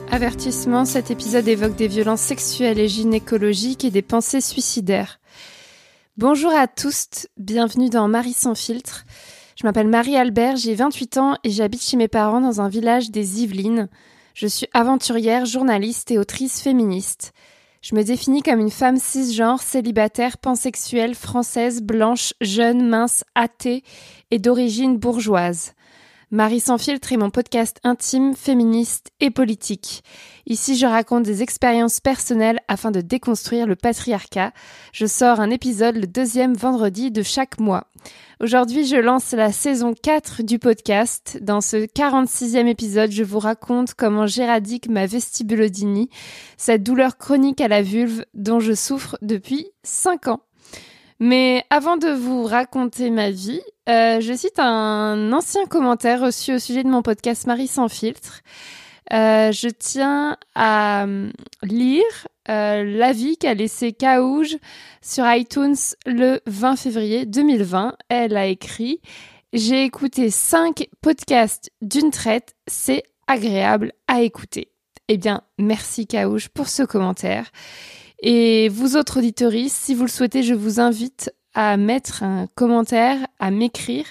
Avertissement, cet épisode évoque des violences sexuelles et gynécologiques et des pensées suicidaires. Bonjour à tous, bienvenue dans Marie sans filtre. Je m'appelle Marie-Albert, j'ai 28 ans et j'habite chez mes parents dans un village des Yvelines. Je suis aventurière, journaliste et autrice féministe. Je me définis comme une femme cisgenre, célibataire, pansexuelle, française, blanche, jeune, mince, athée et d'origine bourgeoise. Marie sans filtre est mon podcast intime, féministe et politique. Ici, je raconte des expériences personnelles afin de déconstruire le patriarcat. Je sors un épisode le 2e vendredi de chaque mois. Aujourd'hui, je lance la saison 4 du podcast. Dans ce 46e épisode, je vous raconte comment j'éradique ma vestibulodynie, cette douleur chronique à la vulve dont je souffre depuis 5 ans. Mais avant de vous raconter ma vie, je cite un ancien commentaire reçu au sujet de mon podcast Marie sans filtre. Je tiens à lire l'avis qu'a laissé Kaouj sur iTunes le 20 février 2020. Elle a écrit « J'ai écouté 5 podcasts d'une traite, c'est agréable à écouter ». Eh bien, merci Kaouj pour ce commentaire. Et vous autres auditeuristes, si vous le souhaitez, je vous invite à mettre un commentaire, à m'écrire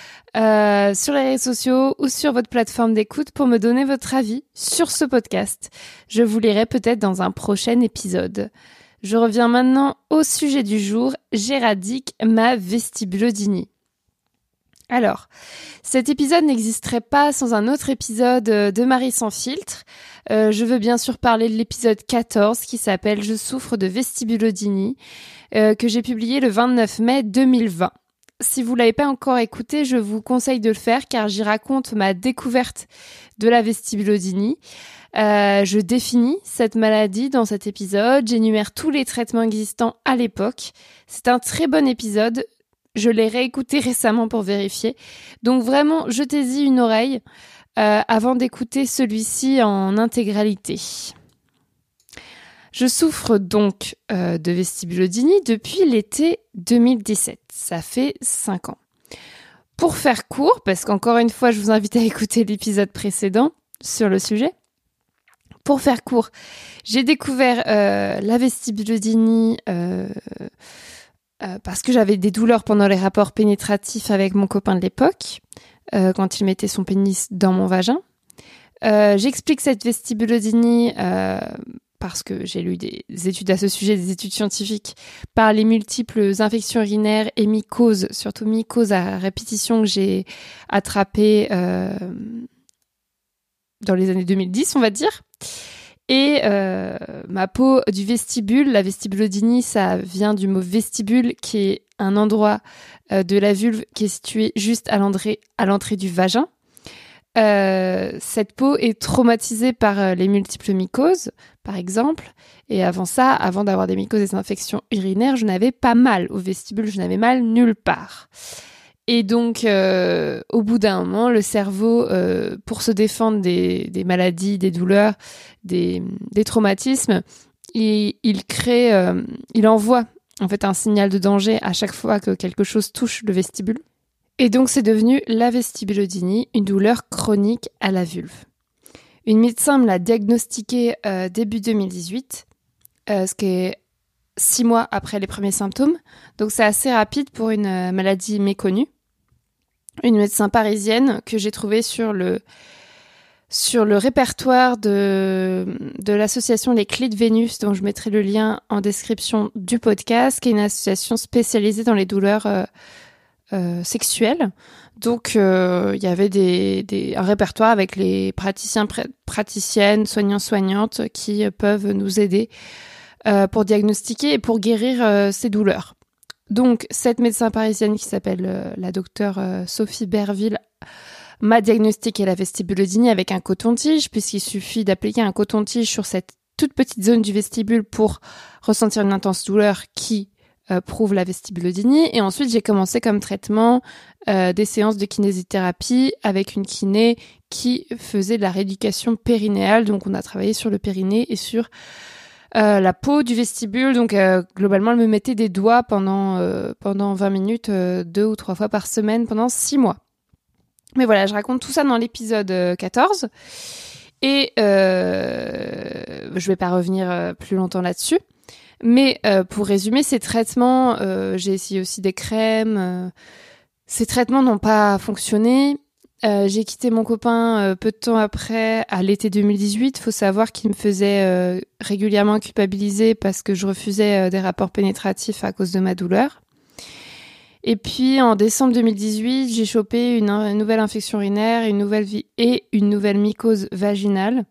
sur les réseaux sociaux ou sur votre plateforme d'écoute pour me donner votre avis sur ce podcast. Je vous lirai peut-être dans un prochain épisode. Je reviens maintenant au sujet du jour, j'éradique ma vestibulodynie. Alors, cet épisode n'existerait pas sans un autre épisode de Marie sans filtre. Je veux bien sûr parler de l'épisode 14 qui s'appelle « Je souffre de vestibulodynie » que j'ai publié le 29 mai 2020. Si vous l'avez pas encore écouté, je vous conseille de le faire car j'y raconte ma découverte de la vestibulodynie. Je définis cette maladie dans cet épisode, j'énumère tous les traitements existants à l'époque. C'est un très bon épisode. Je l'ai réécouté récemment pour vérifier. Donc vraiment, jetez-y une oreille avant d'écouter celui-ci en intégralité. Je souffre donc de vestibulodynie depuis l'été 2017. Ça fait 5 ans. Pour faire court, parce qu'encore une fois, je vous invite à écouter l'épisode précédent sur le sujet. Pour faire court, j'ai découvert la vestibulodynie parce que j'avais des douleurs pendant les rapports pénétratifs avec mon copain de l'époque, quand il mettait son pénis dans mon vagin. J'explique cette vestibulodynie parce que j'ai lu des études à ce sujet, des études scientifiques, par les multiples infections urinaires et mycoses, surtout mycoses à répétition que j'ai attrapées dans les années 2010, on va dire. Et ma peau du vestibule, la vestibulodynie, ça vient du mot vestibule, qui est un endroit de la vulve qui est situé juste à l'entrée du vagin. Cette peau est traumatisée par les multiples mycoses, par exemple. Et avant ça, avant d'avoir des mycoses et des infections urinaires, je n'avais pas mal au vestibule, je n'avais mal nulle part. Et donc, au bout d'un moment, le cerveau, pour se défendre des maladies, des douleurs, des traumatismes, il crée, il envoie en fait un signal de danger à chaque fois que quelque chose touche le vestibule. Et donc, c'est devenu la vestibulodynie, une douleur chronique à la vulve. Une médecin me l'a diagnostiquée début 2018, ce qui est 6 mois après les premiers symptômes. Donc, c'est assez rapide pour une maladie méconnue. Une médecin parisienne que j'ai trouvée sur le répertoire de l'association Les Clés de Vénus, dont je mettrai le lien en description du podcast, qui est une association spécialisée dans les douleurs sexuelles. Donc, il y avait un répertoire avec les praticiennes, soignantes qui peuvent nous aider pour diagnostiquer et pour guérir ces douleurs. Donc, cette médecin parisienne qui s'appelle la docteure Sophie Berville m'a diagnostiqué la vestibulodynie avec un coton-tige, puisqu'il suffit d'appliquer un coton-tige sur cette toute petite zone du vestibule pour ressentir une intense douleur qui prouve la vestibulodynie. Et ensuite, j'ai commencé comme traitement des séances de kinésithérapie avec une kiné qui faisait de la rééducation périnéale. Donc, on a travaillé sur le périnée et sur la peau du vestibule. Donc, globalement, elle me mettait des doigts pendant 20 minutes, 2 ou 3 fois par semaine pendant 6 mois. Mais voilà, je raconte tout ça dans l'épisode 14. Et je vais pas revenir plus longtemps là-dessus. Mais pour résumer, ces traitements, j'ai essayé aussi des crèmes. Ces traitements n'ont pas fonctionné. J'ai quitté mon copain peu de temps après, à l'été 2018. Faut savoir qu'il me faisait régulièrement culpabiliser parce que je refusais des rapports pénétratifs à cause de ma douleur. Et puis en décembre 2018, j'ai chopé une nouvelle infection urinaire, une nouvelle mycose vaginale.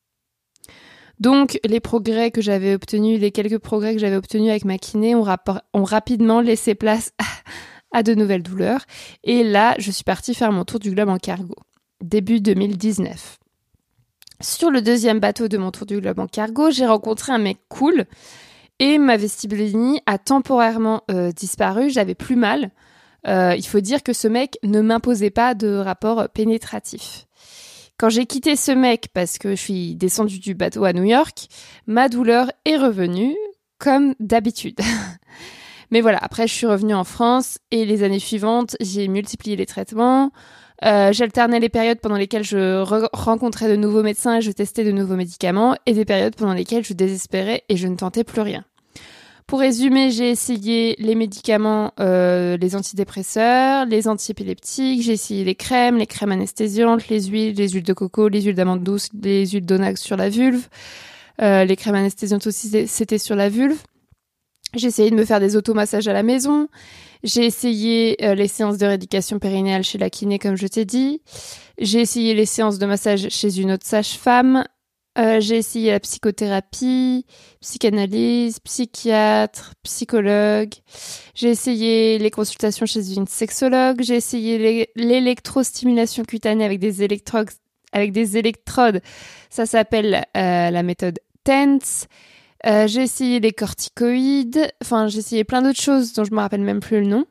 Donc les quelques progrès que j'avais obtenus avec ma kiné ont rapidement laissé place à de nouvelles douleurs. Et là, je suis partie faire mon tour du globe en cargo, début 2019. Sur le deuxième bateau de mon tour du globe en cargo, j'ai rencontré un mec cool et ma vestibulinie a temporairement disparu. J'avais plus mal. Il faut dire que ce mec ne m'imposait pas de rapport pénétratif. Quand j'ai quitté ce mec parce que je suis descendue du bateau à New York, ma douleur est revenue comme d'habitude. Mais voilà, après je suis revenue en France et les années suivantes, j'ai multiplié les traitements. J'alternais les périodes pendant lesquelles je rencontrais de nouveaux médecins et je testais de nouveaux médicaments et des périodes pendant lesquelles je désespérais et je ne tentais plus rien. Pour résumer, j'ai essayé les médicaments, les antidépresseurs, les antiépileptiques, j'ai essayé les crèmes anesthésiantes, les huiles de coco, les huiles d'amande douce, les huiles d'onax sur la vulve. Les crèmes anesthésiantes aussi, c'était sur la vulve. J'ai essayé de me faire des automassages à la maison. J'ai essayé les séances de rééducation périnéale chez la kiné, comme je t'ai dit. J'ai essayé les séances de massage chez une autre sage-femme. J'ai essayé la psychothérapie, psychanalyse, psychiatre, psychologue. J'ai essayé les consultations chez une sexologue. J'ai essayé l'électrostimulation cutanée avec des électrodes. Ça s'appelle la méthode TENS. J'ai essayé les corticoïdes. Enfin, j'ai essayé plein d'autres choses dont je me rappelle même plus le nom.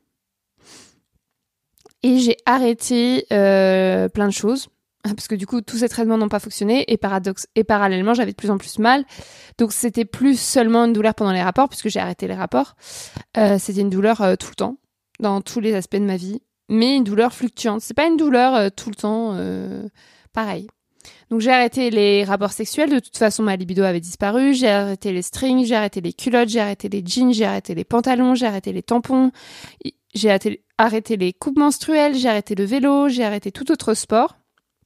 Et j'ai arrêté plein de choses. Parce que du coup, tous ces traitements n'ont pas fonctionné et parallèlement, j'avais de plus en plus mal. Donc, c'était plus seulement une douleur pendant les rapports, puisque j'ai arrêté les rapports. C'était une douleur tout le temps, dans tous les aspects de ma vie, mais une douleur fluctuante. C'est pas une douleur tout le temps pareil. Donc, j'ai arrêté les rapports sexuels. De toute façon, ma libido avait disparu. J'ai arrêté les strings, j'ai arrêté les culottes, j'ai arrêté les jeans, j'ai arrêté les pantalons, j'ai arrêté les tampons, j'ai arrêté les coupes menstruelles, j'ai arrêté le vélo, j'ai arrêté tout autre sport.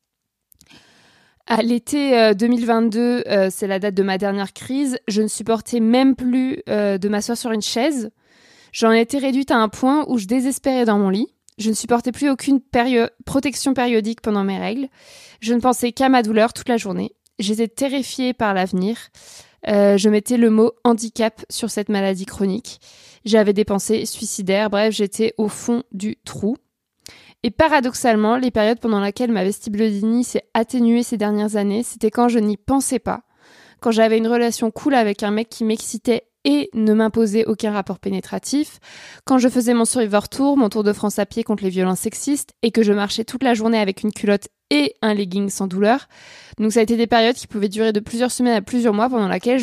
À l'été 2022, c'est la date de ma dernière crise, je ne supportais même plus de m'asseoir sur une chaise. J'en étais réduite à un point où je désespérais dans mon lit. Je ne supportais plus aucune protection périodique pendant mes règles. Je ne pensais qu'à ma douleur toute la journée. J'étais terrifiée par l'avenir. Je mettais le mot handicap sur cette maladie chronique. J'avais des pensées suicidaires. Bref, j'étais au fond du trou. Et paradoxalement, les périodes pendant lesquelles ma vestibulodynie s'est atténuée ces dernières années, c'était quand je n'y pensais pas, quand j'avais une relation cool avec un mec qui m'excitait et ne m'imposait aucun rapport pénétratif, quand je faisais mon Survivor Tour, mon tour de France à pied contre les violences sexistes, et que je marchais toute la journée avec une culotte et un legging sans douleur. Donc ça a été des périodes qui pouvaient durer de plusieurs semaines à plusieurs mois pendant lesquelles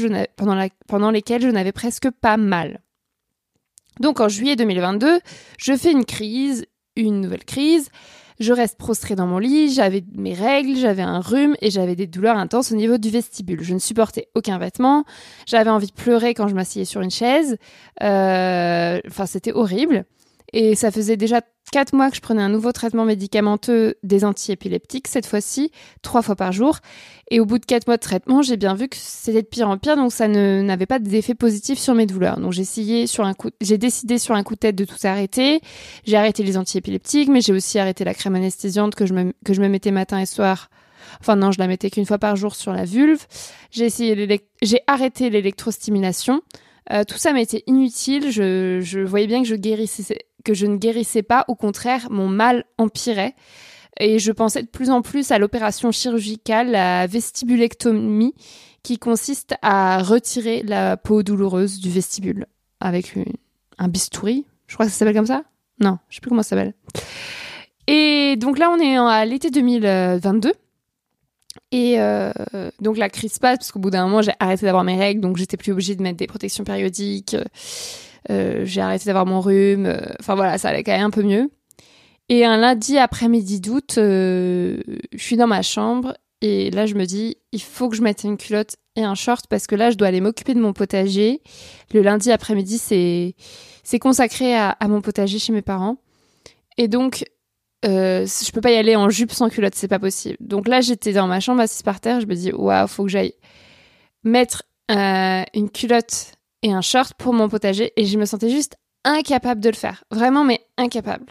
je n'avais presque pas mal. Donc en juillet 2022, je fais une nouvelle crise, je reste prostrée dans mon lit, j'avais mes règles, j'avais un rhume et j'avais des douleurs intenses au niveau du vestibule. Je ne supportais aucun vêtement, j'avais envie de pleurer quand je m'asseyais sur une chaise, c'était horrible. Et ça faisait déjà 4 mois que je prenais un nouveau traitement médicamenteux des antiépileptiques, cette fois-ci, 3 fois par jour. Et au bout de 4 mois de traitement, j'ai bien vu que c'était de pire en pire, donc ça n'avait pas d'effet positif sur mes douleurs. Donc j'ai décidé sur un coup de tête de tout arrêter. J'ai arrêté les antiépileptiques, mais j'ai aussi arrêté la crème anesthésiante que je me mettais matin et soir. Enfin non, je la mettais qu'une fois par jour sur la vulve. J'ai arrêté l'électrostimulation. Tout ça m'était inutile. Je voyais bien que je ne guérissais pas. Au contraire, mon mal empirait. Et je pensais de plus en plus à l'opération chirurgicale, la vestibulectomie, qui consiste à retirer la peau douloureuse du vestibule avec un bistouri. Je crois que ça s'appelle comme ça. Non, je sais plus comment ça s'appelle. Et donc là, on est à l'été 2022. Et donc la crise passe parce qu'au bout d'un moment j'ai arrêté d'avoir mes règles, donc j'étais plus obligée de mettre des protections périodiques, j'ai arrêté d'avoir mon rhume, enfin voilà, ça allait quand même un peu mieux. Et un lundi après-midi d'août, je suis dans ma chambre Et là, je me dis, il faut que je mette une culotte et un short parce que là, je dois aller m'occuper de mon potager. Le lundi après-midi, c'est consacré à mon potager chez mes parents. Et donc, je peux pas y aller en jupe sans culotte, c'est pas possible. Donc là, j'étais dans ma chambre assise par terre. Je me dis, waouh, faut que j'aille mettre une culotte et un short pour mon potager. Et je me sentais juste incapable de le faire. Vraiment, mais incapable.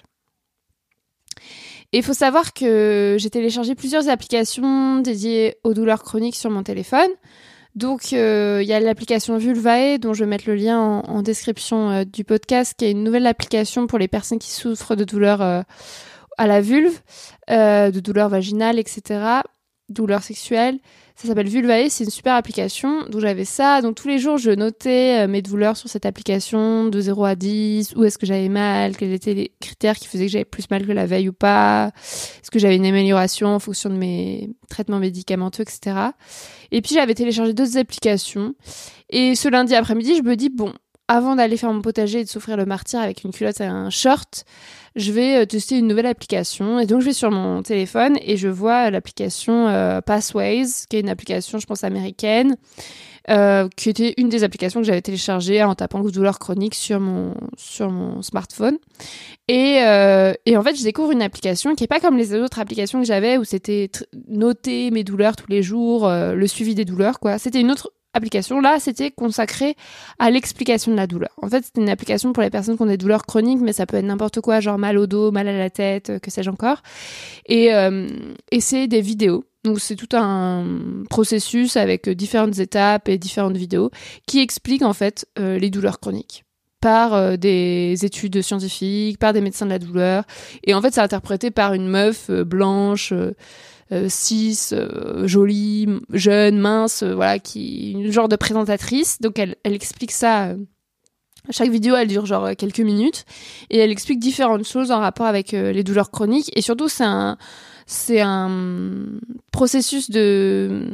Et il faut savoir que j'ai téléchargé plusieurs applications dédiées aux douleurs chroniques sur mon téléphone. Donc, il y a l'application Vulvae, dont je vais mettre le lien en description du podcast, qui est une nouvelle application pour les personnes qui souffrent de douleurs à la vulve, de douleurs vaginales, etc., douleurs sexuelles. Ça s'appelle Vulvae, c'est une super application. Donc j'avais ça, donc tous les jours je notais mes douleurs sur cette application de 0 à 10, où est-ce que j'avais mal, quels étaient les critères qui faisaient que j'avais plus mal que la veille ou pas, est-ce que j'avais une amélioration en fonction de mes traitements médicamenteux, etc. Et puis j'avais téléchargé d'autres applications. Et ce lundi après-midi, je me dis, bon, avant d'aller faire mon potager et de souffrir le martyre avec une culotte et un short, je vais tester une nouvelle application. Et donc, je vais sur mon téléphone et je vois l'application Pathways, qui est une application, je pense, américaine, qui était une des applications que j'avais téléchargées en tapant douleur chronique sur mon smartphone. Et en fait, je découvre une application qui est pas comme les autres applications que j'avais où c'était noter mes douleurs tous les jours, le suivi des douleurs, quoi. C'était une autre application. Là, c'était consacré à l'explication de la douleur. En fait, c'était une application pour les personnes qui ont des douleurs chroniques, mais ça peut être n'importe quoi, genre mal au dos, mal à la tête, que sais-je encore. Et c'est des vidéos. Donc, c'est tout un processus avec différentes étapes et différentes vidéos qui expliquent, en fait, les douleurs chroniques par des études scientifiques, par des médecins de la douleur. Et en fait, c'est interprété par une meuf blanche, cis, jolie, jeune, mince, voilà, qui une genre de présentatrice. Donc elle explique ça. Chaque vidéo, elle dure genre quelques minutes et elle explique différentes choses en rapport avec les douleurs chroniques. Et surtout, c'est un processus de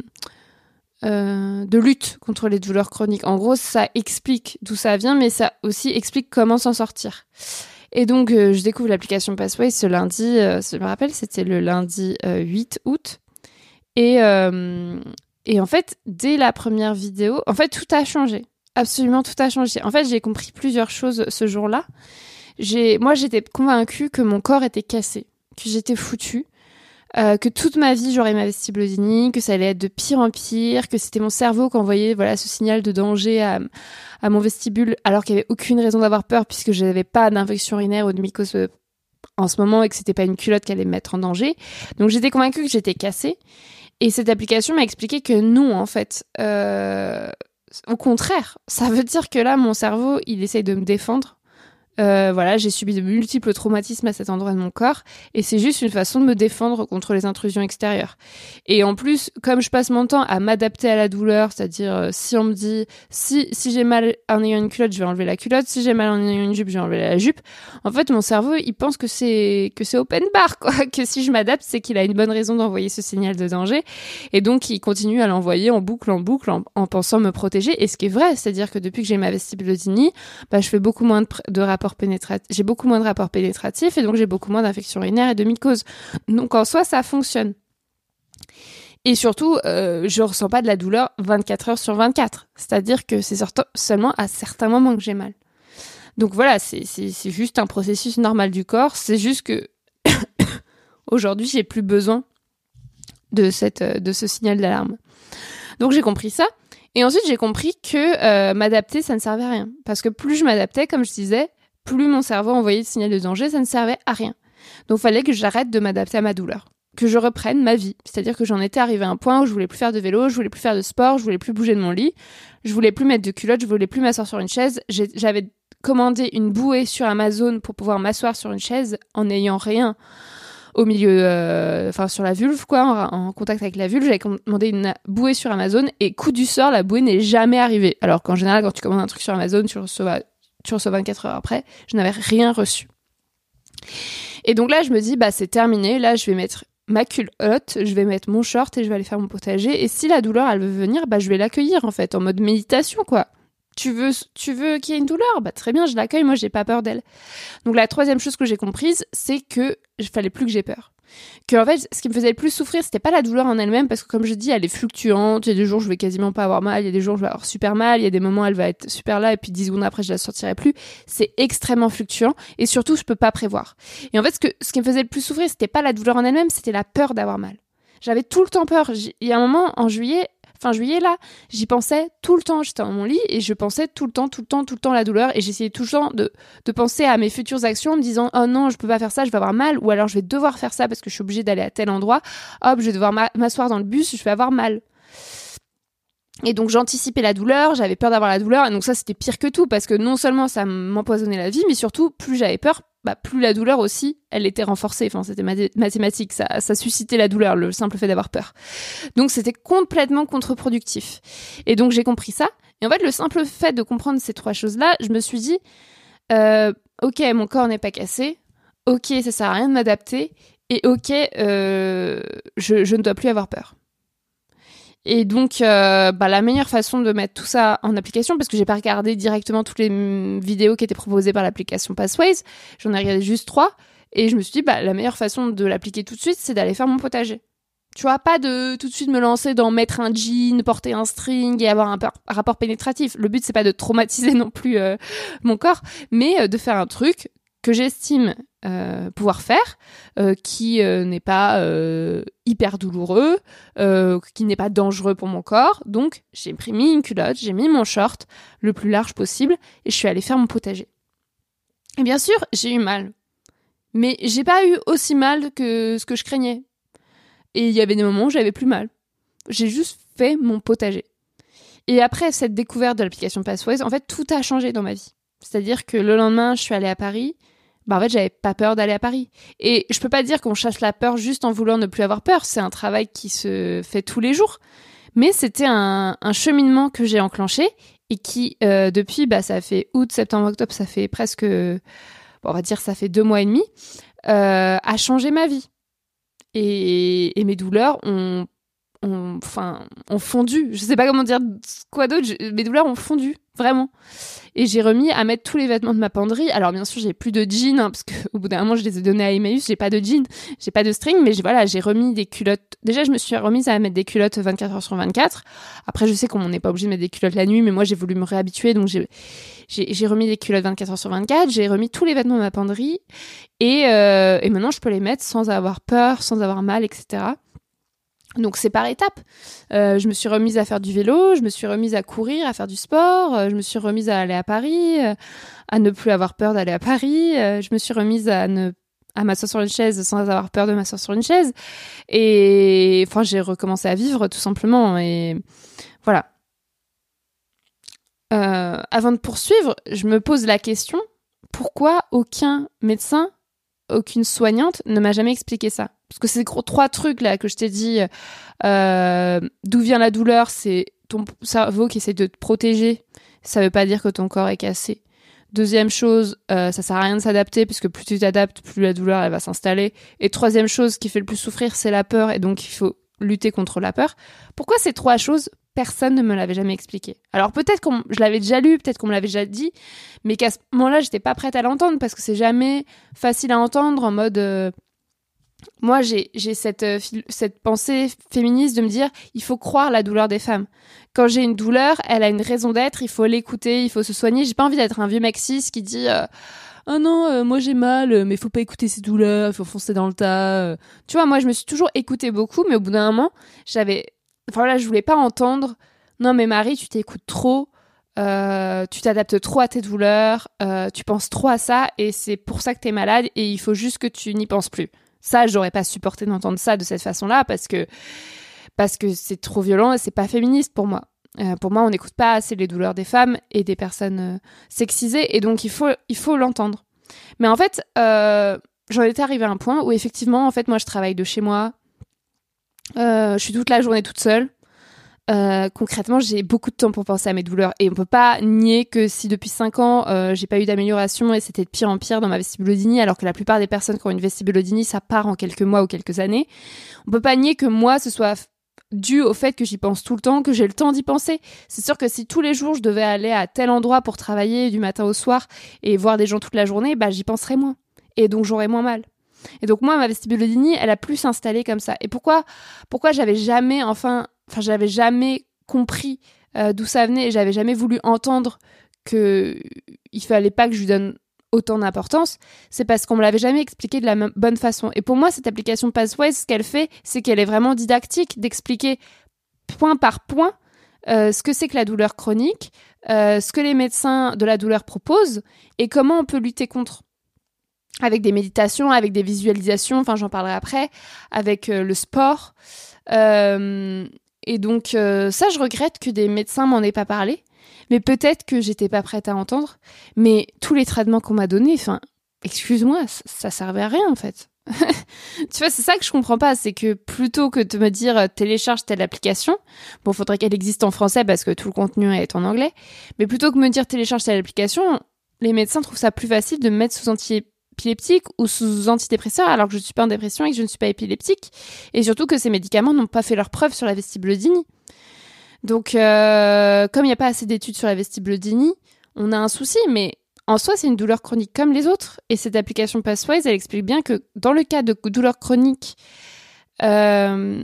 lutte contre les douleurs chroniques. En gros, ça explique d'où ça vient, mais ça aussi explique comment s'en sortir. Et donc, je découvre l'application Pathways ce lundi, je me rappelle, c'était le lundi 8 août. Et en fait, dès la première vidéo, en fait, tout a changé. Absolument, tout a changé. En fait, j'ai compris plusieurs choses ce jour-là. Moi, j'étais convaincue que mon corps était cassé, que j'étais foutue, que toute ma vie, j'aurais ma vestibulodynie, que ça allait être de pire en pire, que c'était mon cerveau qui envoyait ce signal de danger à mon vestibule, alors qu'il n'y avait aucune raison d'avoir peur puisque je n'avais pas d'infection urinaire ou de mycose en ce moment et que c'était pas une culotte qui allait me mettre en danger. Donc j'étais convaincue que j'étais cassée. Et cette application m'a expliqué que non, en fait. Au contraire, ça veut dire que là, mon cerveau, il essaye de me défendre. Voilà, j'ai subi de multiples traumatismes à cet endroit de mon corps et c'est juste une façon de me défendre contre les intrusions extérieures. Et en plus, comme je passe mon temps à m'adapter à la douleur, c'est-à-dire si on me dit si j'ai mal en ayant une culotte, je vais enlever la culotte, si j'ai mal en ayant une jupe, je vais enlever la jupe. En fait, mon cerveau, il pense que c'est open bar, quoi, que si je m'adapte, c'est qu'il a une bonne raison d'envoyer ce signal de danger et donc il continue à l'envoyer en boucle en pensant me protéger. Et ce qui est vrai, c'est-à-dire que depuis que j'ai ma vestibulodynie, je fais beaucoup moins de rapports pénétratifs. J'ai beaucoup moins de rapports pénétratifs et donc j'ai beaucoup moins d'infections urinaires et de mycoses. Donc en soi, ça fonctionne. Et surtout, je ressens pas de la douleur 24 heures sur 24. C'est-à-dire que c'est seulement à certains moments que j'ai mal. Donc voilà, c'est juste un processus normal du corps. C'est juste que aujourd'hui, j'ai plus besoin de ce signal d'alarme. Donc j'ai compris ça. Et ensuite, j'ai compris que m'adapter, ça ne servait à rien. Parce que plus je m'adaptais, comme je disais, plus mon cerveau envoyait de signal de danger, ça ne servait à rien. Donc il fallait que j'arrête de m'adapter à ma douleur. Que je reprenne ma vie. C'est-à-dire que j'en étais arrivée à un point où je voulais plus faire de vélo, je voulais plus faire de sport, je voulais plus bouger de mon lit, je voulais plus mettre de culotte, je voulais plus m'asseoir sur une chaise. J'avais commandé une bouée sur Amazon pour pouvoir m'asseoir sur une chaise en n'ayant rien au milieu, sur la vulve, quoi, en contact avec la vulve. J'avais commandé une bouée sur Amazon et coup du sort, la bouée n'est jamais arrivée. Alors qu'en général, quand tu commandes un truc sur Amazon, tu reçois 24 heures après. Je n'avais rien reçu. Et donc là, je me dis, c'est terminé. Là, je vais mettre ma culotte, je vais mettre mon short et je vais aller faire mon potager. Et si la douleur, elle veut venir, je vais l'accueillir, en fait, en mode méditation, quoi. Tu veux qu'il y ait une douleur ? Très bien, je l'accueille, moi j'ai pas peur d'elle. Donc la troisième chose que j'ai comprise, c'est que il fallait plus que j'ai peur. Que en fait, ce qui me faisait le plus souffrir, c'était pas la douleur en elle-même, parce que comme je dis, elle est fluctuante. Il y a des jours où je vais quasiment pas avoir mal, il y a des jours où je vais avoir super mal, il y a des moments où elle va être super là, et puis 10 secondes après, je la sortirai plus. C'est extrêmement fluctuant, et surtout, je peux pas prévoir. Et en fait, ce qui me faisait le plus souffrir, c'était pas la douleur en elle-même, c'était la peur d'avoir mal. J'avais tout le temps peur. Il y a un moment, fin juillet là, j'y pensais tout le temps. J'étais dans mon lit et je pensais tout le temps la douleur, et j'essayais tout le temps de penser à mes futures actions en me disant oh non, je peux pas faire ça, je vais avoir mal, ou alors je vais devoir faire ça parce que je suis obligée d'aller à tel endroit. Hop, je vais devoir m'asseoir dans le bus, je vais avoir mal. Et donc j'anticipais la douleur, j'avais peur d'avoir la douleur, et donc ça c'était pire que tout, parce que non seulement ça m'empoisonnait la vie, mais surtout plus j'avais peur, plus la douleur aussi, elle était renforcée. Enfin, c'était mathématique, ça suscitait la douleur, le simple fait d'avoir peur. Donc c'était complètement contre-productif. Et donc j'ai compris ça. Et en fait, le simple fait de comprendre ces trois choses-là, je me suis dit, ok, mon corps n'est pas cassé, ok, ça sert à rien de m'adapter, et ok, je ne dois plus avoir peur. Et donc, la meilleure façon de mettre tout ça en application, parce que j'ai pas regardé directement toutes les vidéos qui étaient proposées par l'application Pathways, j'en ai regardé juste 3, et je me suis dit, la meilleure façon de l'appliquer tout de suite, c'est d'aller faire mon potager. Tu vois, pas de tout de suite me lancer dans mettre un jean, porter un string et avoir un rapport pénétratif. Le but, c'est pas de traumatiser non plus mon corps, mais de faire un truc que j'estime pouvoir faire, qui n'est pas hyper douloureux, qui n'est pas dangereux pour mon corps. Donc, j'ai mis une culotte, j'ai mis mon short le plus large possible, et je suis allée faire mon potager. Et bien sûr, j'ai eu mal. Mais j'ai pas eu aussi mal que ce que je craignais. Et il y avait des moments où j'avais plus mal. J'ai juste fait mon potager. Et après cette découverte de l'application Pathways, en fait, tout a changé dans ma vie. C'est-à-dire que le lendemain, je suis allée à Paris. En fait, j'avais pas peur d'aller à Paris. Et je peux pas dire qu'on chasse la peur juste en voulant ne plus avoir peur. C'est un travail qui se fait tous les jours. Mais c'était un cheminement que j'ai enclenché, et qui, depuis, ça fait août, septembre, octobre, ça fait presque, on va dire, ça fait 2 mois et demi, a changé ma vie. Et mes douleurs ont fondu. Je sais pas comment dire quoi d'autre. Mes douleurs ont fondu, vraiment. Et j'ai remis à mettre tous les vêtements de ma penderie. Alors bien sûr, j'ai plus de jeans, parce qu'au bout d'un moment, je les ai donnés à Emmaüs. J'ai pas de jeans, j'ai pas de string, mais j'ai remis des culottes. Déjà, je me suis remise à mettre des culottes 24 heures sur 24. Après, je sais qu'on n'est pas obligé de mettre des culottes la nuit, mais moi, j'ai voulu me réhabituer, donc j'ai remis des culottes 24 heures sur 24. J'ai remis tous les vêtements de ma penderie, et maintenant, je peux les mettre sans avoir peur, sans avoir mal, etc. Donc c'est par étapes. Je me suis remise à faire du vélo, je me suis remise à courir, à faire du sport, je me suis remise à aller à Paris, à ne plus avoir peur d'aller à Paris, je me suis remise à m'asseoir sur une chaise sans avoir peur de m'asseoir sur une chaise. Et enfin, j'ai recommencé à vivre tout simplement. Et voilà. Avant de poursuivre, je me pose la question, pourquoi aucun médecin, aucune soignante ne m'a jamais expliqué ça? Parce que ces 3 trucs là que je t'ai dit, d'où vient la douleur, c'est ton cerveau qui essaie de te protéger. Ça veut pas dire que ton corps est cassé. Deuxième chose, ça sert à rien de s'adapter, puisque plus tu t'adaptes, plus la douleur elle va s'installer. Et troisième chose qui fait le plus souffrir, c'est la peur, et donc il faut lutter contre la peur. Pourquoi ces 3 choses, personne ne me l'avait jamais expliqué? Alors peut-être que je l'avais déjà lu, peut-être qu'on me l'avait déjà dit, mais qu'à ce moment-là, j'étais pas prête à l'entendre, parce que c'est jamais facile à entendre, en mode... Moi, j'ai cette pensée féministe de me dire, il faut croire la douleur des femmes. Quand j'ai une douleur, elle a une raison d'être, il faut l'écouter, il faut se soigner. J'ai pas envie d'être un vieux maxis qui dit oh non, moi j'ai mal, mais faut pas écouter ces douleurs, il faut foncer dans le tas. Tu vois, moi je me suis toujours écoutée beaucoup, mais au bout d'un moment, je voulais pas entendre non mais Marie, tu t'écoutes trop, tu t'adaptes trop à tes douleurs, tu penses trop à ça, et c'est pour ça que t'es malade, et il faut juste que tu n'y penses plus. Ça, j'aurais pas supporté d'entendre ça de cette façon-là, parce que c'est trop violent et c'est pas féministe pour moi. Pour moi, on n'écoute pas assez les douleurs des femmes et des personnes sexisées, et donc il faut l'entendre. Mais en fait, j'en étais arrivée à un point où effectivement, en fait, moi, je travaille de chez moi. Je suis toute la journée toute seule. Concrètement, j'ai beaucoup de temps pour penser à mes douleurs, et on peut pas nier que si depuis 5 ans j'ai pas eu d'amélioration, et c'était de pire en pire dans ma vestibulodynie, alors que la plupart des personnes qui ont une vestibulodynie, ça part en quelques mois ou quelques années, on peut pas nier que moi ce soit dû au fait que j'y pense tout le temps, que j'ai le temps d'y penser. C'est sûr que si tous les jours je devais aller à tel endroit pour travailler du matin au soir et voir des gens toute la journée, j'y penserais moins, et donc j'aurais moins mal. Et donc moi, ma vestibulodynie, elle a plus s'installé comme ça. Et pourquoi j'avais jamais compris d'où ça venait et j'avais jamais voulu entendre que il fallait pas que je lui donne autant d'importance, c'est parce qu'on me l'avait jamais expliqué de la bonne façon. Et pour moi, cette application Pathways, ce qu'elle fait, c'est qu'elle est vraiment didactique, d'expliquer point par point ce que c'est que la douleur chronique, ce que les médecins de la douleur proposent et comment on peut lutter contre. Avec des méditations, avec des visualisations, enfin j'en parlerai après, avec le sport. Et donc ça, je regrette que des médecins m'en aient pas parlé. Mais peut-être que j'étais pas prête à entendre. Mais tous les traitements qu'on m'a donnés, enfin, excuse-moi, ça servait à rien en fait. Tu vois, c'est ça que je comprends pas, c'est que plutôt que de me dire télécharge telle application, bon, faudrait qu'elle existe en français parce que tout le contenu est en anglais, mais plutôt que me dire télécharge telle application, les médecins trouvent ça plus facile de me mettre sous anti-épileptique ou sous antidépresseur alors que je ne suis pas en dépression et que je ne suis pas épileptique, et surtout que ces médicaments n'ont pas fait leur preuve sur la vestibulodynie. Donc, comme il n'y a pas assez d'études sur la vestibulodynie, on a un souci, mais en soi, c'est une douleur chronique comme les autres. Et cette application Pathways, elle explique bien que dans le cas de douleurs chroniques, en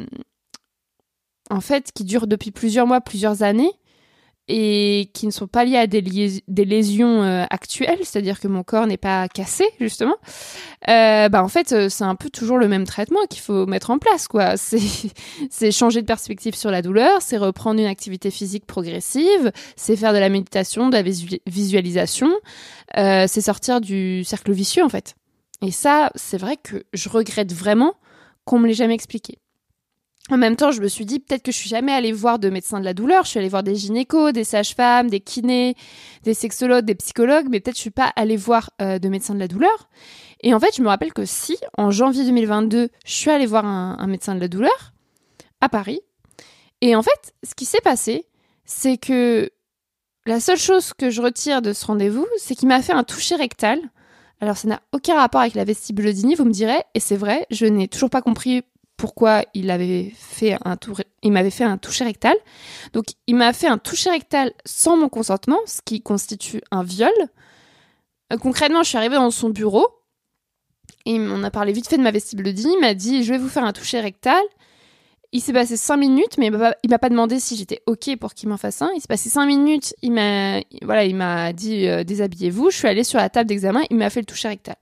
fait, qui durent depuis plusieurs mois, plusieurs années, et qui ne sont pas liées à des lésions actuelles, c'est-à-dire que mon corps n'est pas cassé, justement, en fait, c'est un peu toujours le même traitement qu'il faut mettre en place, quoi. C'est changer de perspective sur la douleur, c'est reprendre une activité physique progressive, c'est faire de la méditation, de la visualisation, c'est sortir du cercle vicieux, en fait. Et ça, c'est vrai que je regrette vraiment qu'on me l'ait jamais expliqué. En même temps, je me suis dit, peut-être que je suis jamais allée voir de médecins de la douleur. Je suis allée voir des gynécos, des sages-femmes, des kinés, des sexologues, des psychologues, mais peut-être je suis pas allée voir de médecins de la douleur. Et en fait, je me rappelle que si, en janvier 2022, je suis allée voir un médecin de la douleur à Paris. Et en fait, ce qui s'est passé, c'est que la seule chose que je retire de ce rendez-vous, c'est qu'il m'a fait un toucher rectal. Alors, ça n'a aucun rapport avec la vestibulodynie, vous me direz, et c'est vrai, je n'ai toujours pas compris pourquoi il m'avait fait un toucher rectal. Donc, il m'a fait un toucher rectal sans mon consentement, ce qui constitue un viol. Concrètement, je suis arrivée dans son bureau et on a parlé vite fait de ma vestibulodynie. Il m'a dit « Je vais vous faire un toucher rectal ». Il s'est passé 5 minutes, mais il m'a pas demandé si j'étais OK pour qu'il m'en fasse un. Il s'est passé 5 minutes, il m'a dit « Déshabillez-vous ». Je suis allée sur la table d'examen, il m'a fait le toucher rectal.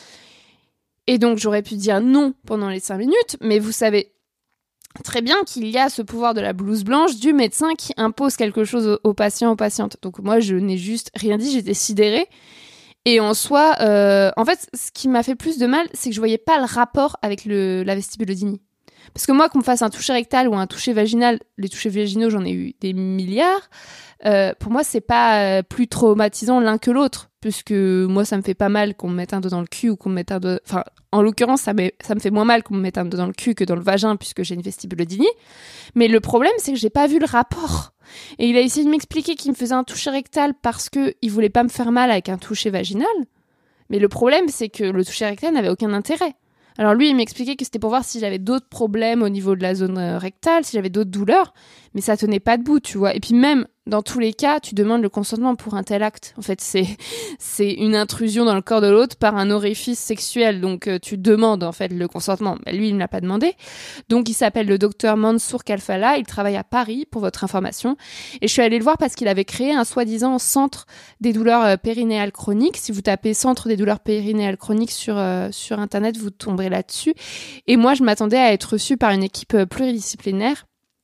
Et donc, j'aurais pu dire non pendant les 5 minutes, mais vous savez très bien qu'il y a ce pouvoir de la blouse blanche du médecin qui impose quelque chose aux patients, aux patientes. Donc moi, je n'ai juste rien dit, j'étais sidérée. Et en soi, en fait, ce qui m'a fait plus de mal, c'est que je voyais pas le rapport avec la vestibulodynie. Parce que moi, qu'on me fasse un toucher rectal ou un toucher vaginal, les touchés vaginaux, j'en ai eu des milliards. Pour moi, c'est pas plus traumatisant l'un que l'autre, puisque moi, ça me fait pas mal qu'on me mette un doigt dans le cul ou qu'on me mette un doigt... Enfin, en l'occurrence, ça me fait moins mal qu'on me mette un doigt dans le cul que dans le vagin, puisque j'ai une vestibulodynie. Mais le problème, c'est que j'ai pas vu le rapport. Et il a essayé de m'expliquer qu'il me faisait un toucher rectal parce que il voulait pas me faire mal avec un toucher vaginal. Mais le problème, c'est que le toucher rectal n'avait aucun intérêt. Alors lui, il m'expliquait que c'était pour voir si j'avais d'autres problèmes au niveau de la zone rectale, si j'avais d'autres douleurs, mais ça tenait pas debout, tu vois. Et puis même, dans tous les cas, tu demandes le consentement pour un tel acte. En fait, c'est une intrusion dans le corps de l'autre par un orifice sexuel, donc tu demandes en fait le consentement. Mais lui, il ne l'a pas demandé. Donc il s'appelle le docteur Mansour Kalfala, il travaille à Paris, pour votre information. Et je suis allée le voir parce qu'il avait créé un soi-disant centre des douleurs périnéales chroniques. Si vous tapez centre des douleurs périnéales chroniques sur Internet, vous tomberez là-dessus. Et moi, je m'attendais à être reçue par une équipe pluridisciplinaire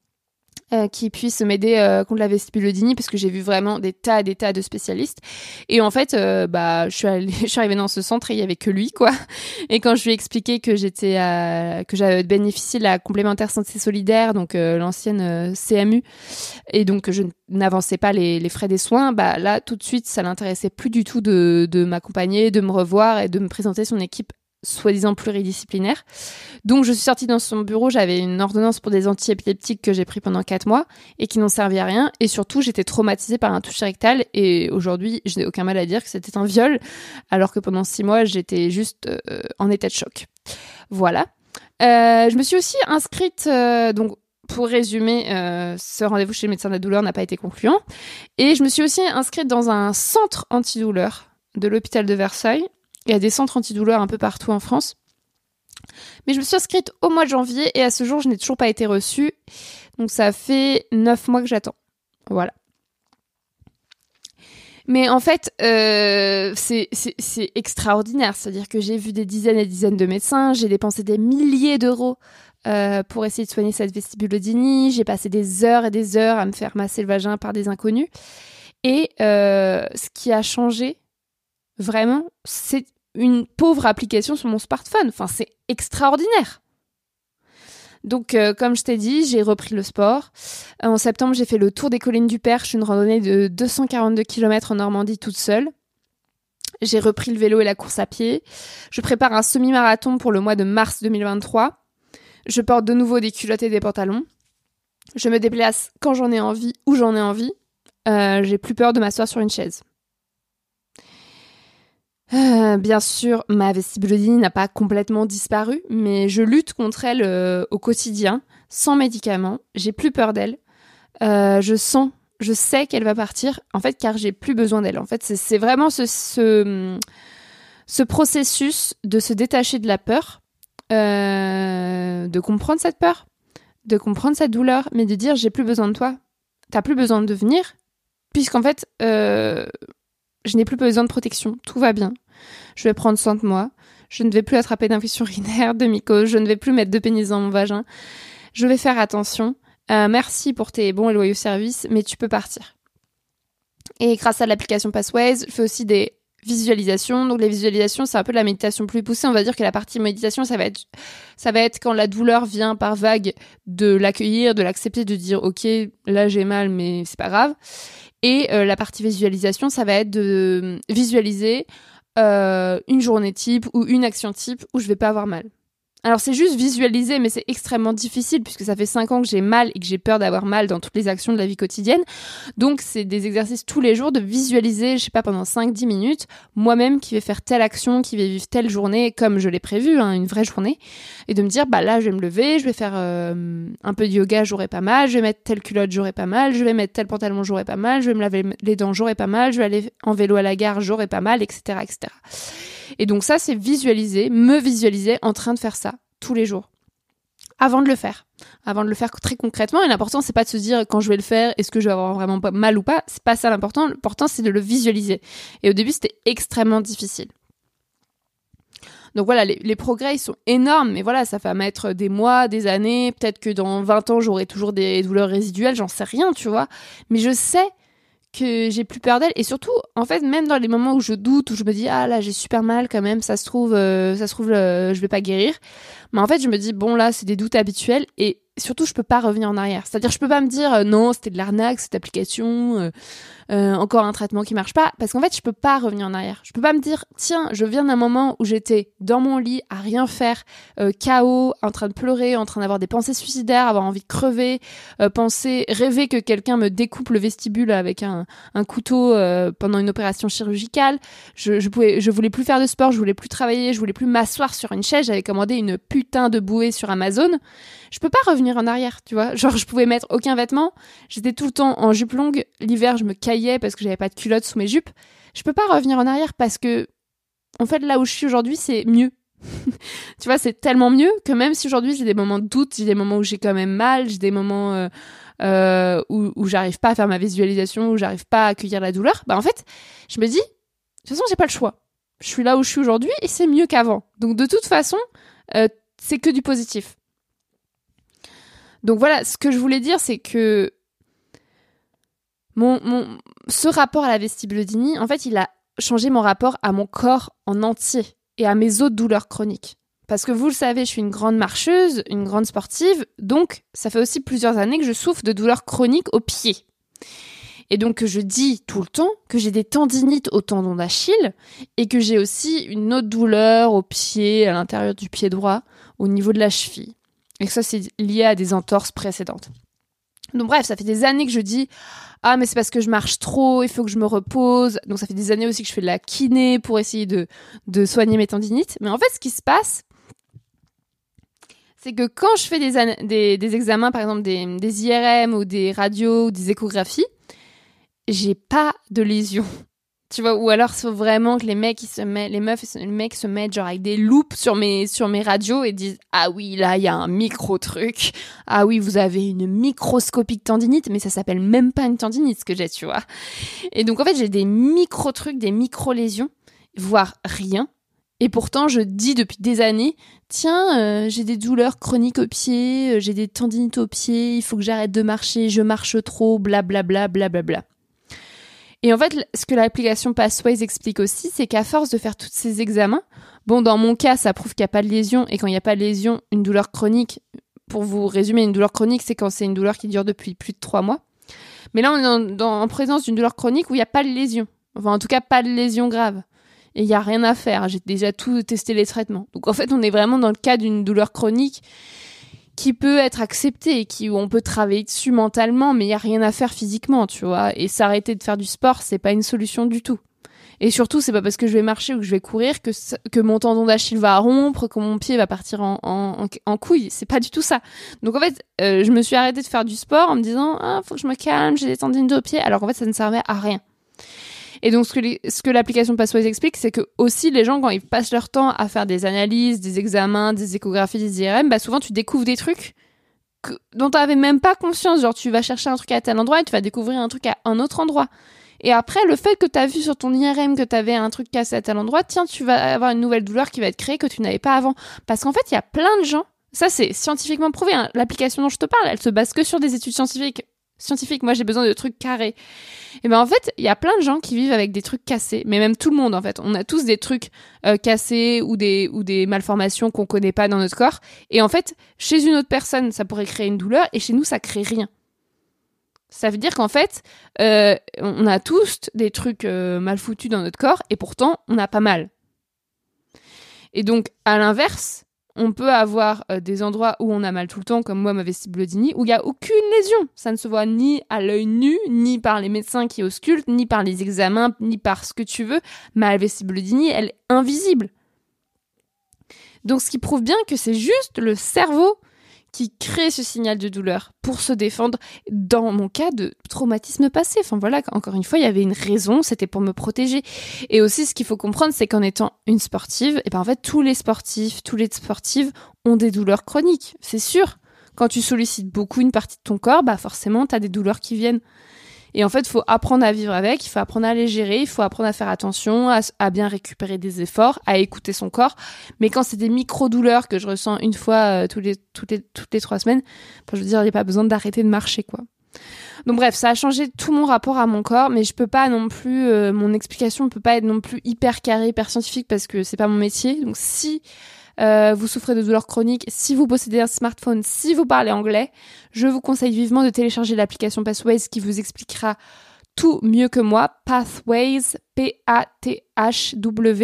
qui puisse m'aider contre la vestibulodynie, parce que j'ai vu vraiment des tas de spécialistes. Et en fait, je suis arrivée dans ce centre et il y avait que lui, quoi. Et quand je lui ai expliqué que que j'avais bénéficié de la complémentaire santé solidaire, donc l'ancienne CMU, et donc que je n'avançais pas les frais des soins, là tout de suite, ça l'intéressait plus du tout de m'accompagner, de me revoir et de me présenter son équipe soi-disant pluridisciplinaire. Donc je suis sortie dans son bureau, j'avais une ordonnance pour des anti-épileptiques que j'ai pris pendant 4 mois et qui n'ont servi à rien, et surtout j'étais traumatisée par un toucher rectal, et aujourd'hui je n'ai aucun mal à dire que c'était un viol, alors que pendant 6 mois j'étais juste en état de choc. Voilà. Je me suis aussi inscrite, donc pour résumer, ce rendez-vous chez le médecin de la douleur n'a pas été concluant, et je me suis aussi inscrite dans un centre antidouleur de l'hôpital de Versailles. Il y a des centres antidouleurs un peu partout en France. Mais je me suis inscrite au mois de janvier et à ce jour, je n'ai toujours pas été reçue. Donc ça fait 9 mois que j'attends. Voilà. Mais en fait, c'est extraordinaire. C'est-à-dire que j'ai vu des dizaines et des dizaines de médecins, j'ai dépensé des milliers d'euros pour essayer de soigner cette vestibulodynie. J'ai passé des heures et des heures à me faire masser le vagin par des inconnus. Et ce qui a changé, vraiment, c'est une pauvre application sur mon smartphone. Enfin, c'est extraordinaire. Donc, comme je t'ai dit, j'ai repris le sport. En septembre, j'ai fait le tour des collines du Perche, une randonnée de 242 km en Normandie toute seule. J'ai repris le vélo et la course à pied. Je prépare un semi-marathon pour le mois de mars 2023. Je porte de nouveau des culottes et des pantalons. Je me déplace quand j'en ai envie, où j'en ai envie. J'ai plus peur de m'asseoir sur une chaise. Bien sûr, ma vestibulodynie n'a pas complètement disparu, mais je lutte contre elle au quotidien, sans médicaments. J'ai plus peur d'elle. Je sais qu'elle va partir, en fait, car j'ai plus besoin d'elle. En fait, c'est vraiment ce processus de se détacher de la peur, de comprendre cette peur, de comprendre cette douleur, mais de dire j'ai plus besoin de toi. T'as plus besoin de venir, puisqu'en fait, je n'ai plus besoin de protection. Tout va bien. Je vais prendre soin de moi. Je ne vais plus attraper d'infections urinaires, de mycoses. Je ne vais plus mettre de pénis dans mon vagin. Je vais faire attention. Merci pour tes bons et loyaux services, mais tu peux partir. Et grâce à l'application Passways, je fais aussi des visualisations. Donc les visualisations, c'est un peu de la méditation plus poussée. On va dire que la partie méditation, ça va être quand la douleur vient par vague, de l'accueillir, de l'accepter, de dire ok, là j'ai mal, mais c'est pas grave. Et la partie visualisation, ça va être de visualiser une journée type ou une action type où je vais pas avoir mal. Alors c'est juste visualiser, mais c'est extrêmement difficile puisque ça fait 5 ans que j'ai mal et que j'ai peur d'avoir mal dans toutes les actions de la vie quotidienne. Donc c'est des exercices tous les jours de visualiser, je sais pas, pendant 5-10 minutes, moi-même qui vais faire telle action, qui vais vivre telle journée comme je l'ai prévu, hein, une vraie journée, et de me dire, bah là je vais me lever, je vais faire un peu de yoga, j'aurai pas mal, je vais mettre telle culotte, j'aurai pas mal, je vais mettre tel pantalon, j'aurai pas mal, je vais me laver les dents, j'aurai pas mal, je vais aller en vélo à la gare, j'aurai pas mal, etc., etc. Et donc ça, c'est visualiser, me visualiser en train de faire ça tous les jours. Avant de le faire très concrètement. Et l'important, c'est pas de se dire quand je vais le faire, est-ce que je vais avoir vraiment mal ou pas. C'est pas ça l'important. L'important, c'est de le visualiser. Et au début, c'était extrêmement difficile. Donc voilà, les progrès, ils sont énormes. Mais voilà, ça va mettre des mois, des années. Peut-être que dans 20 ans, j'aurai toujours des douleurs résiduelles. J'en sais rien, tu vois. Mais je sais que j'ai plus peur d'elle, et surtout en fait même dans les moments où je doute, où je me dis ah là j'ai super mal quand même, ça se trouve je vais pas guérir, mais en fait je me dis bon là c'est des doutes habituels, et surtout je peux pas revenir en arrière, c'est-à-dire je peux pas me dire non c'était de l'arnaque cette application, encore un traitement qui marche pas, parce qu'en fait je peux pas revenir en arrière, je peux pas me dire tiens je viens d'un moment où j'étais dans mon lit à rien faire, KO, en train de pleurer, en train d'avoir des pensées suicidaires, avoir envie de crever, rêver que quelqu'un me découpe le vestibule avec un couteau pendant une opération chirurgicale. Je voulais plus faire de sport, je voulais plus travailler, je voulais plus m'asseoir sur une chaise, j'avais commandé une putain de bouée sur Amazon. Je peux pas revenir en arrière, tu vois. Genre je pouvais mettre aucun vêtement, j'étais tout le temps en jupe longue, l'hiver je me caillais parce que j'avais pas de culotte sous mes jupes. Je peux pas revenir en arrière parce que en fait là où je suis aujourd'hui, c'est mieux. Tu vois, c'est tellement mieux que même si aujourd'hui j'ai des moments de doute, j'ai des moments où j'ai quand même mal, j'ai des moments où j'arrive pas à faire ma visualisation, où j'arrive pas à accueillir la douleur, bah en fait, je me dis, de toute façon, j'ai pas le choix. Je suis là où je suis aujourd'hui et c'est mieux qu'avant. Donc de toute façon, c'est que du positif. Donc voilà, ce que je voulais dire, c'est que ce rapport à la vestibulodynie, en fait, il a changé mon rapport à mon corps en entier et à mes autres douleurs chroniques. Parce que vous le savez, je suis une grande marcheuse, une grande sportive, donc ça fait aussi plusieurs années que je souffre de douleurs chroniques aux pieds. Et donc je dis tout le temps que j'ai des tendinites au tendon d'Achille et que j'ai aussi une autre douleur au pied, à l'intérieur du pied droit, au niveau de la cheville. Et que ça, c'est lié à des entorses précédentes. Donc bref, ça fait des années que je dis « Ah, mais c'est parce que je marche trop, il faut que je me repose. » Donc ça fait des années aussi que je fais de la kiné pour essayer de soigner mes tendinites. Mais en fait, ce qui se passe, c'est que quand je fais des examens, par exemple des IRM ou des radios ou des échographies, j'ai pas de lésions. Tu vois, ou alors faut vraiment que les mecs les mecs se mettent genre avec des loupes sur mes radios et disent ah oui là il y a un micro truc, ah oui vous avez une microscopique tendinite, mais ça s'appelle même pas une tendinite ce que j'ai, tu vois. Et donc en fait j'ai des micro trucs, des micro lésions, voire rien. Et pourtant je dis depuis des années tiens j'ai des douleurs chroniques au pied, j'ai des tendinites au pied, il faut que j'arrête de marcher, je marche trop, blablabla blablabla. Et en fait, ce que l'application Pathways explique aussi, c'est qu'à force de faire tous ces examens, bon, dans mon cas, ça prouve qu'il n'y a pas de lésion, et quand il n'y a pas de lésion, une douleur chronique, pour vous résumer, une douleur chronique, c'est quand c'est une douleur qui dure depuis plus de 3 mois. Mais là, on est en présence d'une douleur chronique où il n'y a pas de lésion. Enfin, en tout cas, pas de lésion grave. Et il n'y a rien à faire. J'ai déjà tout testé les traitements. Donc, en fait, on est vraiment dans le cas d'une douleur chronique qui peut être accepté, où on peut travailler dessus mentalement, mais il n'y a rien à faire physiquement, tu vois. Et s'arrêter de faire du sport, c'est pas une solution du tout. Et surtout, c'est pas parce que je vais marcher ou que je vais courir que mon tendon d'Achille va rompre, que mon pied va partir en couille. C'est pas du tout ça. Donc en fait, je me suis arrêtée de faire du sport en me disant, faut que je me calme, j'ai des tendinites au pied, alors qu'en fait, ça ne servait à rien. Et donc, ce que l'application Pathways explique, c'est que aussi les gens, quand ils passent leur temps à faire des analyses, des examens, des échographies, des IRM, bah souvent tu découvres des trucs dont tu n'avais même pas conscience. Genre, tu vas chercher un truc à tel endroit et tu vas découvrir un truc à un autre endroit. Et après, le fait que tu as vu sur ton IRM que tu avais un truc cassé à tel endroit, tiens, tu vas avoir une nouvelle douleur qui va être créée que tu n'avais pas avant. Parce qu'en fait, il y a plein de gens, ça c'est scientifiquement prouvé, hein, l'application dont je te parle, elle se base que sur des études scientifiques. Moi j'ai besoin de trucs carrés. Et ben en fait, il y a plein de gens qui vivent avec des trucs cassés, mais même tout le monde en fait. On a tous des trucs cassés ou des malformations qu'on connaît pas dans notre corps. Et en fait, chez une autre personne, ça pourrait créer une douleur, et chez nous, ça crée rien. Ça veut dire qu'en fait, on a tous des trucs mal foutus dans notre corps, et pourtant, on n'a pas mal. Et donc, à l'inverse, on peut avoir des endroits où on a mal tout le temps, comme moi, ma vestibulodynie, où il n'y a aucune lésion. Ça ne se voit ni à l'œil nu, ni par les médecins qui auscultent, ni par les examens, ni par ce que tu veux. Ma vestibulodynie, elle est invisible. Donc, ce qui prouve bien que c'est juste le cerveau qui crée ce signal de douleur pour se défendre dans mon cas de traumatisme passé. Enfin voilà, encore une fois, il y avait une raison, c'était pour me protéger. Et aussi, ce qu'il faut comprendre, c'est qu'en étant une sportive, et ben en fait, tous les sportives ont des douleurs chroniques, c'est sûr. Quand tu sollicites beaucoup une partie de ton corps, bah forcément, t'as des douleurs qui viennent. Et en fait, il faut apprendre à vivre avec, il faut apprendre à les gérer, il faut apprendre à faire attention, à bien récupérer des efforts, à écouter son corps. Mais quand c'est des micro-douleurs que je ressens une fois toutes les 3 semaines, je veux dire, il n'y a pas besoin d'arrêter de marcher, quoi. Donc bref, ça a changé tout mon rapport à mon corps, mais je peux pas non plus, mon explication ne peut pas être non plus hyper carrée, hyper scientifique, parce que c'est pas mon métier. Donc si vous souffrez de douleurs chroniques, si vous possédez un smartphone, si vous parlez anglais, je vous conseille vivement de télécharger l'application Pathways qui vous expliquera tout mieux que moi. Pathways, Pathways.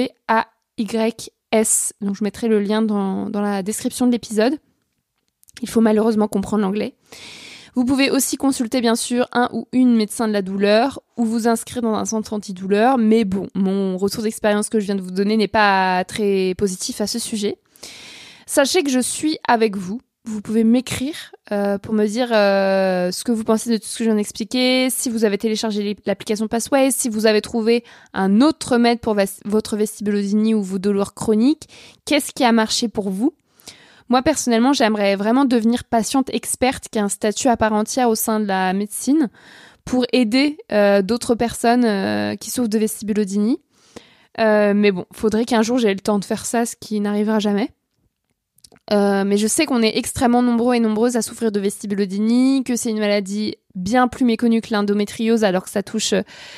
Donc je mettrai le lien dans la description de l'épisode. Il faut malheureusement comprendre l'anglais. Vous pouvez aussi consulter bien sûr un ou une médecin de la douleur ou vous inscrire dans un centre antidouleur. Mais bon, mon retour d'expérience que je viens de vous donner n'est pas très positif à ce sujet. Sachez que je suis avec vous. Vous pouvez m'écrire pour me dire ce que vous pensez de tout ce que je viens d'expliquer, si vous avez téléchargé l'application Pathways, si vous avez trouvé un autre remède pour votre vestibulodynie ou vos douleurs chroniques, qu'est-ce qui a marché pour vous ? Moi, personnellement, j'aimerais vraiment devenir patiente experte, qui a un statut à part entière au sein de la médecine, pour aider d'autres personnes qui souffrent de vestibulodynie. Mais bon, faudrait qu'un jour j'aie le temps de faire ça, ce qui n'arrivera jamais. Mais je sais qu'on est extrêmement nombreux et nombreuses à souffrir de vestibulodynie, que c'est une maladie bien plus méconnue que l'endométriose, alors que ça touche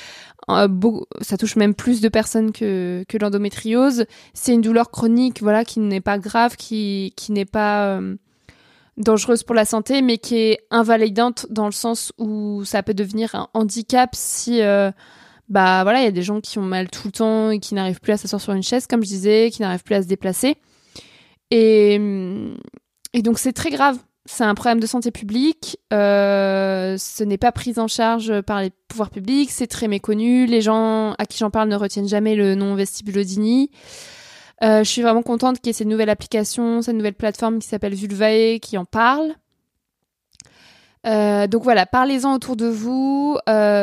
même plus de personnes que l'endométriose. C'est une douleur chronique, voilà, qui n'est pas grave, qui n'est pas dangereuse pour la santé, mais qui est invalidante dans le sens où ça peut devenir un handicap si il y a des gens qui ont mal tout le temps et qui n'arrivent plus à s'asseoir sur une chaise, comme je disais, qui n'arrivent plus à se déplacer. Et donc c'est très grave. C'est un problème de santé publique, ce n'est pas pris en charge par les pouvoirs publics, c'est très méconnu, les gens à qui j'en parle ne retiennent jamais le nom vestibulodynie. Je suis vraiment contente qu'il y ait cette nouvelle application, cette nouvelle plateforme qui s'appelle Vulvae qui en parle. Donc voilà, parlez-en autour de vous.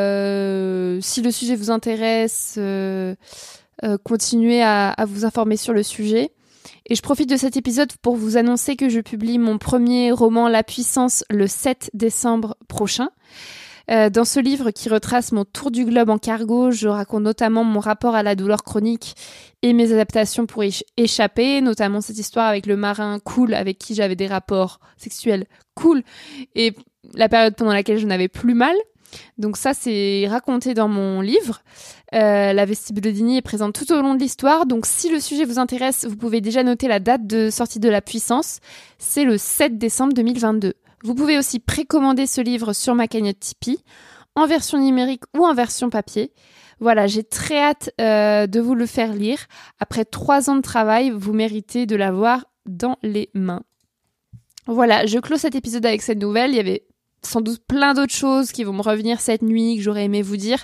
Si le sujet vous intéresse, continuez à vous informer sur le sujet. Et je profite de cet épisode pour vous annoncer que je publie mon premier roman La Puissance le 7 décembre prochain. Dans ce livre qui retrace mon tour du globe en cargo, je raconte notamment mon rapport à la douleur chronique et mes adaptations pour y échapper, notamment cette histoire avec le marin cool avec qui j'avais des rapports sexuels cool et la période pendant laquelle je n'avais plus mal. Donc ça, c'est raconté dans mon livre. La vestibulodynie est présente tout au long de l'histoire. Donc si le sujet vous intéresse, vous pouvez déjà noter la date de sortie de La Puissance. C'est le 7 décembre 2022. Vous pouvez aussi précommander ce livre sur ma cagnotte Tipeee, en version numérique ou en version papier. Voilà, j'ai très hâte de vous le faire lire. Après 3 ans de travail, vous méritez de l'avoir dans les mains. Voilà, je clôt cet épisode avec cette nouvelle. Il y avait sans doute plein d'autres choses qui vont me revenir cette nuit, que j'aurais aimé vous dire.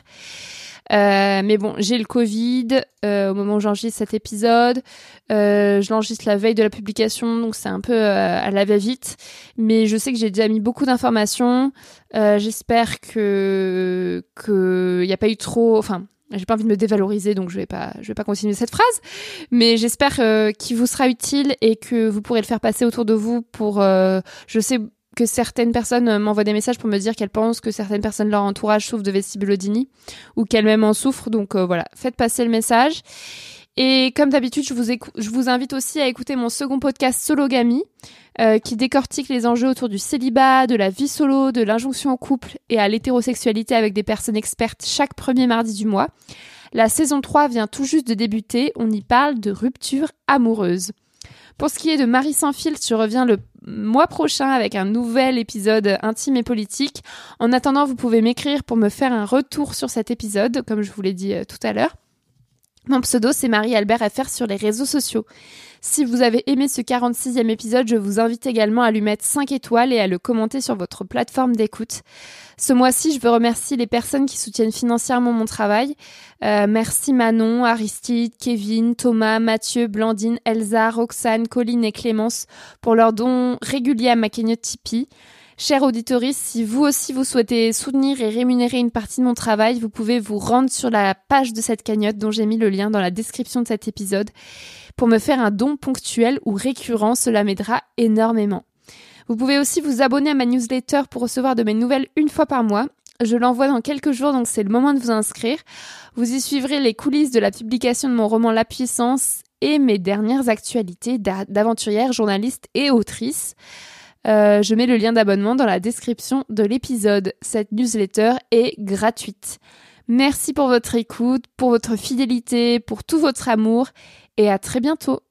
Mais bon, j'ai le Covid au moment où j'enregistre cet épisode. Je l'enregistre la veille de la publication, donc c'est un peu à la va-vite. Mais je sais que j'ai déjà mis beaucoup d'informations. J'espère que y a pas eu trop... Enfin, j'ai pas envie de me dévaloriser, donc je vais pas continuer cette phrase. Mais j'espère qu'il vous sera utile et que vous pourrez le faire passer autour de vous pour... je sais que certaines personnes m'envoient des messages pour me dire qu'elles pensent que certaines personnes de leur entourage souffrent de vestibulodynie ou qu'elles-mêmes en souffrent. Donc voilà, faites passer le message. Et comme d'habitude, je vous invite aussi à écouter mon second podcast Sologamie qui décortique les enjeux autour du célibat, de la vie solo, de l'injonction au couple et à l'hétérosexualité avec des personnes expertes chaque premier mardi du mois. La saison 3 vient tout juste de débuter. On y parle de rupture amoureuse. Pour ce qui est de Marie sans filtre, je reviens le mois prochain avec un nouvel épisode intime et politique. En attendant, vous pouvez m'écrire pour me faire un retour sur cet épisode, comme je vous l'ai dit tout à l'heure. Mon pseudo, c'est Marie-Albert FR sur les réseaux sociaux. Si vous avez aimé ce 46e épisode, je vous invite également à lui mettre 5 étoiles et à le commenter sur votre plateforme d'écoute. Ce mois-ci, je veux remercier les personnes qui soutiennent financièrement mon travail. Merci Manon, Aristide, Kevin, Thomas, Mathieu, Blandine, Elsa, Roxane, Colline et Clémence pour leurs dons réguliers à ma cagnotte Tipeee. Chers auditeurs, si vous aussi vous souhaitez soutenir et rémunérer une partie de mon travail, vous pouvez vous rendre sur la page de cette cagnotte dont j'ai mis le lien dans la description de cet épisode pour me faire un don ponctuel ou récurrent, cela m'aidera énormément. Vous pouvez aussi vous abonner à ma newsletter pour recevoir de mes nouvelles une fois par mois. Je l'envoie dans quelques jours, donc c'est le moment de vous inscrire. Vous y suivrez les coulisses de la publication de mon roman La Puissance et mes dernières actualités d'aventurière, journaliste et autrice. Je mets le lien d'abonnement dans la description de l'épisode. Cette newsletter est gratuite. Merci pour votre écoute, pour votre fidélité, pour tout votre amour et à très bientôt.